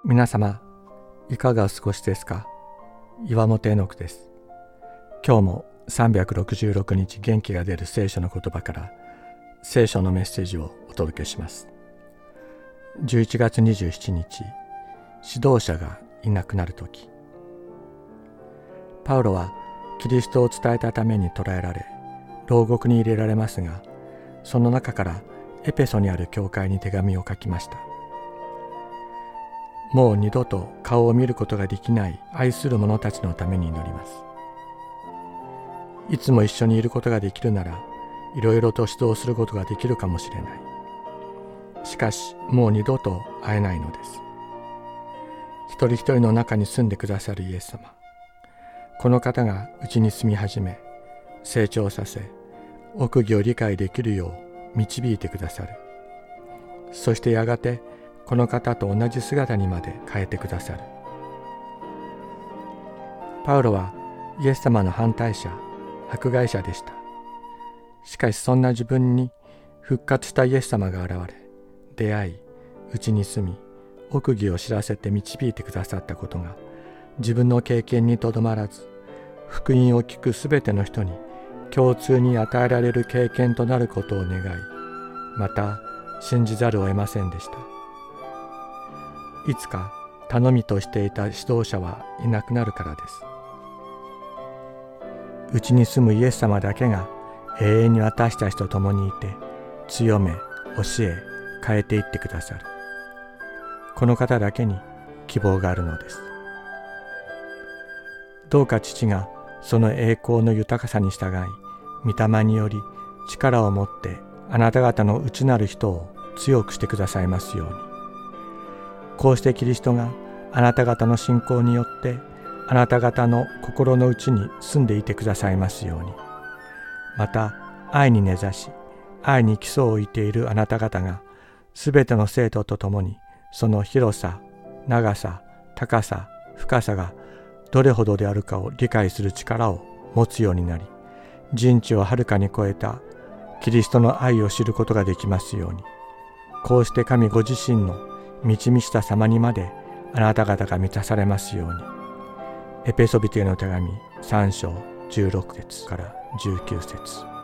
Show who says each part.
Speaker 1: 皆様いかがお過ごしですか。岩本絵の句です。今日も366日元気が出る聖書の言葉から聖書のメッセージをお届けします。11月27日、指導者がいなくなるとき。パウロはキリストを伝えたために捕らえられ、牢獄に入れられますが、その中からエペソにある教会に手紙を書きました。もう二度と顔を見ることができない愛する者たちのために祈ります。いつも一緒にいることができるなら、いろいろと指導することができるかもしれない。しかし、もう二度と会えないのです。一人一人の中に住んでくださるイエス様。この方がうちに住み始め、成長させ、奥義を理解できるよう導いてくださる。そしてやがてこの方と同じ姿にまで変えてくださる。パウロはイエス様の反対者、迫害者でした。しかしそんな自分に復活したイエス様が現れ、出会い、うちに住み、奥義を知らせて導いてくださったことが、自分の経験にとどまらず、福音を聞くすべての人に共通に与えられる経験となることを願い、また信じざるを得ませんでした。いつか頼みとしていた指導者はいなくなるからです。うちに住むイエス様だけが永遠に私たちと共にいて、強め、教え、変えていってくださる。この方だけに希望があるのです。どうか父がその栄光の豊かさに従い、御霊により力を持ってあなた方の内なる人を強くしてくださいますように。こうしてキリストがあなた方の信仰によってあなた方の心の内に住んでいてくださいますように。また愛に根ざし、愛に基礎を置いているあなた方がすべての生徒と共にその広さ、長さ、高さ、深さがどれほどであるかを理解する力を持つようになり、人知をはるかに超えたキリストの愛を知ることができますように。こうして神ご自身の満ち満ちた様にまであなた方が満たされますように。エペソビテへの手紙3章16節から19節。